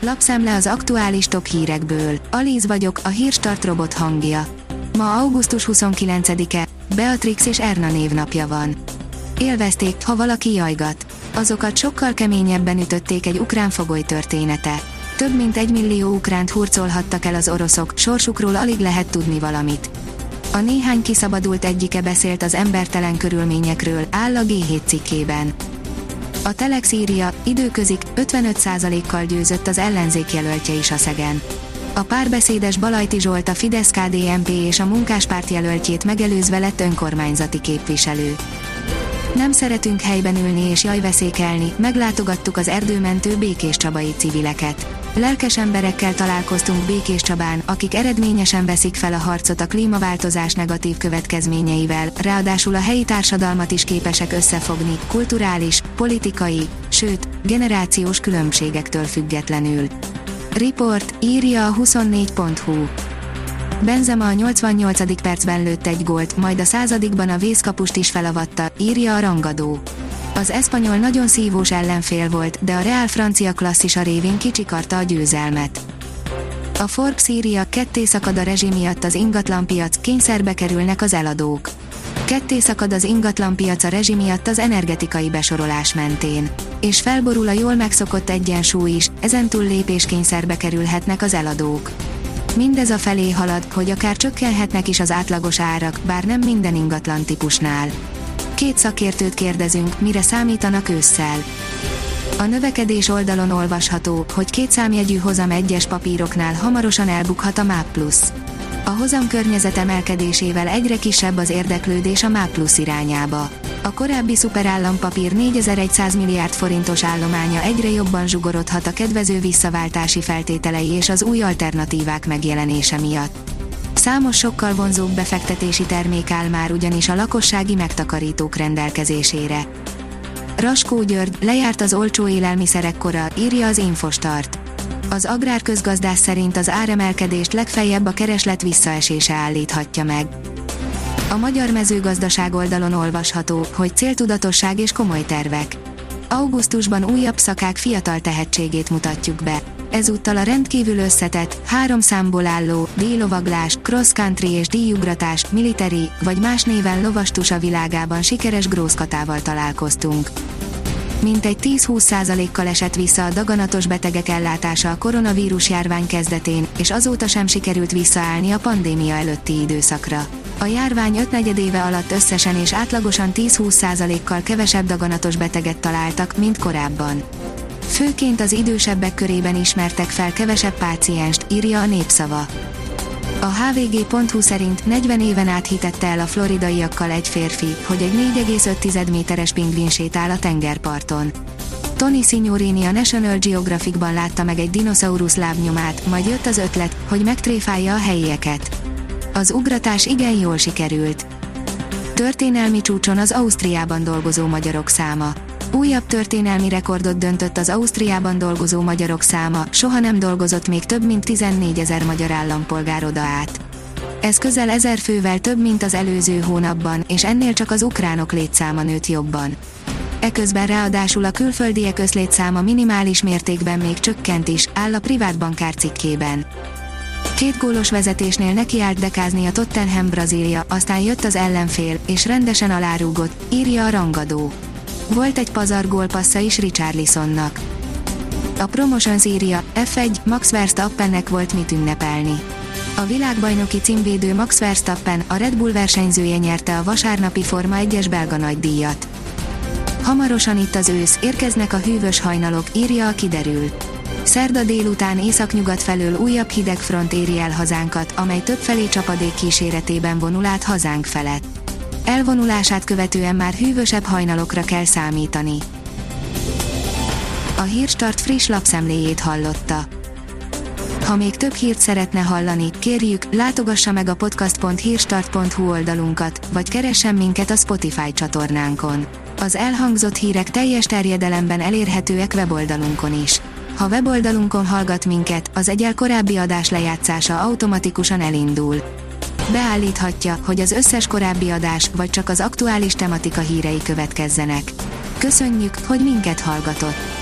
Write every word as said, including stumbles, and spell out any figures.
Lapszemle az aktuális top hírekből. Alíz vagyok, a Hírstart robot hangja. Ma augusztus huszonkilencedike, Beatrix és Erna névnapja van. Élvezték, ha valaki jajgat. Azokat sokkal keményebben ütötték egy ukrán fogoly története. Több mint egy millió ukránt hurcolhattak el az oroszok, sorsukról alig lehet tudni valamit. A néhány kiszabadult egyike beszélt az embertelen körülményekről, áll a gé hét cikkében. A Telex írja, időközik, ötvenöt százalékkal győzött az ellenzék jelöltje is a Szegen. A párbeszédes Balajti Zsolt a Fidesz-ká dé en pé és a Munkáspárt jelöltjét megelőzve lett önkormányzati képviselő. Nem szeretünk helyben ülni és jajveszékelni, meglátogattuk az erdőmentő békéscsabai civileket. Lelkes emberekkel találkoztunk Békéscsabán, akik eredményesen veszik fel a harcot a klímaváltozás negatív következményeivel, ráadásul a helyi társadalmat is képesek összefogni, kulturális, politikai, sőt, generációs különbségektől függetlenül. Report, írja a huszonnégy pont hu. Benzema a nyolcvannyolcadik percben lőtt egy gólt, majd a századikban a vészkapust is felavatta, írja a rangadó. Az eszpanyol nagyon szívós ellenfél volt, de a Real francia klasszisa révén kicsikarta a győzelmet. A Forbes írja, ketté szakad a rezsi miatt az ingatlanpiac, kényszerbe kerülnek az eladók. Ketté szakad az ingatlanpiac a rezsi miatt az energetikai besorolás mentén. És felborul a jól megszokott egyensúly is, ezentúl lépéskényszerbe kerülhetnek az eladók. Mindez a felé halad, hogy akár csökkenhetnek is az átlagos árak, bár nem minden ingatlan típusnál. Két szakértőt kérdezünk, mire számítanak ősszel. A növekedés oldalon olvasható, hogy két számjegyű hozam egyes papíroknál hamarosan elbukhat a MÁP plusz. A hozam környezet emelkedésével egyre kisebb az érdeklődés a MÁP plusz irányába. A korábbi szuperállampapír négyezer-száz milliárd forintos állománya egyre jobban zsugorodhat a kedvező visszaváltási feltételei és az új alternatívák megjelenése miatt. Számos sokkal vonzóbb befektetési termék áll már ugyanis a lakossági megtakarítók rendelkezésére. Raskó György, lejárt az olcsó élelmiszerek kora, írja az Infostart. Az agrárközgazdász szerint az áremelkedést legfeljebb a kereslet visszaesése állíthatja meg. A magyar mezőgazdaság oldalon olvasható, hogy céltudatosság és komoly tervek. Augusztusban újabb szakák fiatal tehetségét mutatjuk be. Ezúttal a rendkívül összetett, három számból álló, díjlovaglás, cross-country és díjugratás, military, vagy más néven lovastusa világában sikeres grószkatával találkoztunk. Mintegy tíz-húsz százalékkal esett vissza a daganatos betegek ellátása a koronavírus járvány kezdetén, és azóta sem sikerült visszaállni a pandémia előtti időszakra. A járvány ötnegyedéve alatt összesen és átlagosan tíz-húsz százalékkal kevesebb daganatos beteget találtak, mint korábban. Főként az idősebbek körében ismertek fel kevesebb pácienst, írja a Népszava. A há vé gé pont hu szerint negyven éven át hitette el a floridaiakkal egy férfi, hogy egy négy egész öt méteres pingvin sétál a tengerparton. Tony Signorini a National Geographicban látta meg egy dinoszaurusz lábnyomát, majd jött az ötlet, hogy megtréfálja a helyieket. Az ugratás igen jól sikerült. Történelmi csúcson az Ausztriában dolgozó magyarok száma. Újabb történelmi rekordot döntött az Ausztriában dolgozó magyarok száma, soha nem dolgozott még több mint tizennégyezer magyar állampolgár oda át. Ez közel ezer fővel több, mint az előző hónapban, és ennél csak az ukránok létszáma nőtt jobban. Eközben ráadásul a külföldiek összlétszáma minimális mértékben még csökkent is, áll a privát bankár cikkében. Két gólos vezetésnél nekiállt dekázni a Tottenham Brazília, aztán jött az ellenfél, és rendesen alárúgott, írja a rangadó. Volt egy pazar gólpassza is Richarlisonnak. A Promotions írja, ef egy, Max Verstappennek volt mit ünnepelni. A világbajnoki címvédő Max Verstappen, a Red Bull versenyzője nyerte a vasárnapi Forma egyes belga nagydíjat. Hamarosan itt az ősz, érkeznek a hűvös hajnalok, írja a Kiderül. Szerda délután északnyugat felől újabb hideg front éri el hazánkat, amely többfelé csapadék kíséretében vonul át hazánk felett. Elvonulását követően már hűvösebb hajnalokra kell számítani. A Hírstart friss lapszemléjét hallotta. Ha még több hírt szeretne hallani, kérjük, látogassa meg a podcast pont hírstart pont hu oldalunkat, vagy keressen minket a Spotify csatornánkon. Az elhangzott hírek teljes terjedelemben elérhetőek weboldalunkon is. Ha weboldalunkon hallgat minket, az egyel korábbi adás lejátszása automatikusan elindul. Beállíthatja, hogy az összes korábbi adás, vagy csak az aktuális tematika hírei következzenek. Köszönjük, hogy minket hallgatott!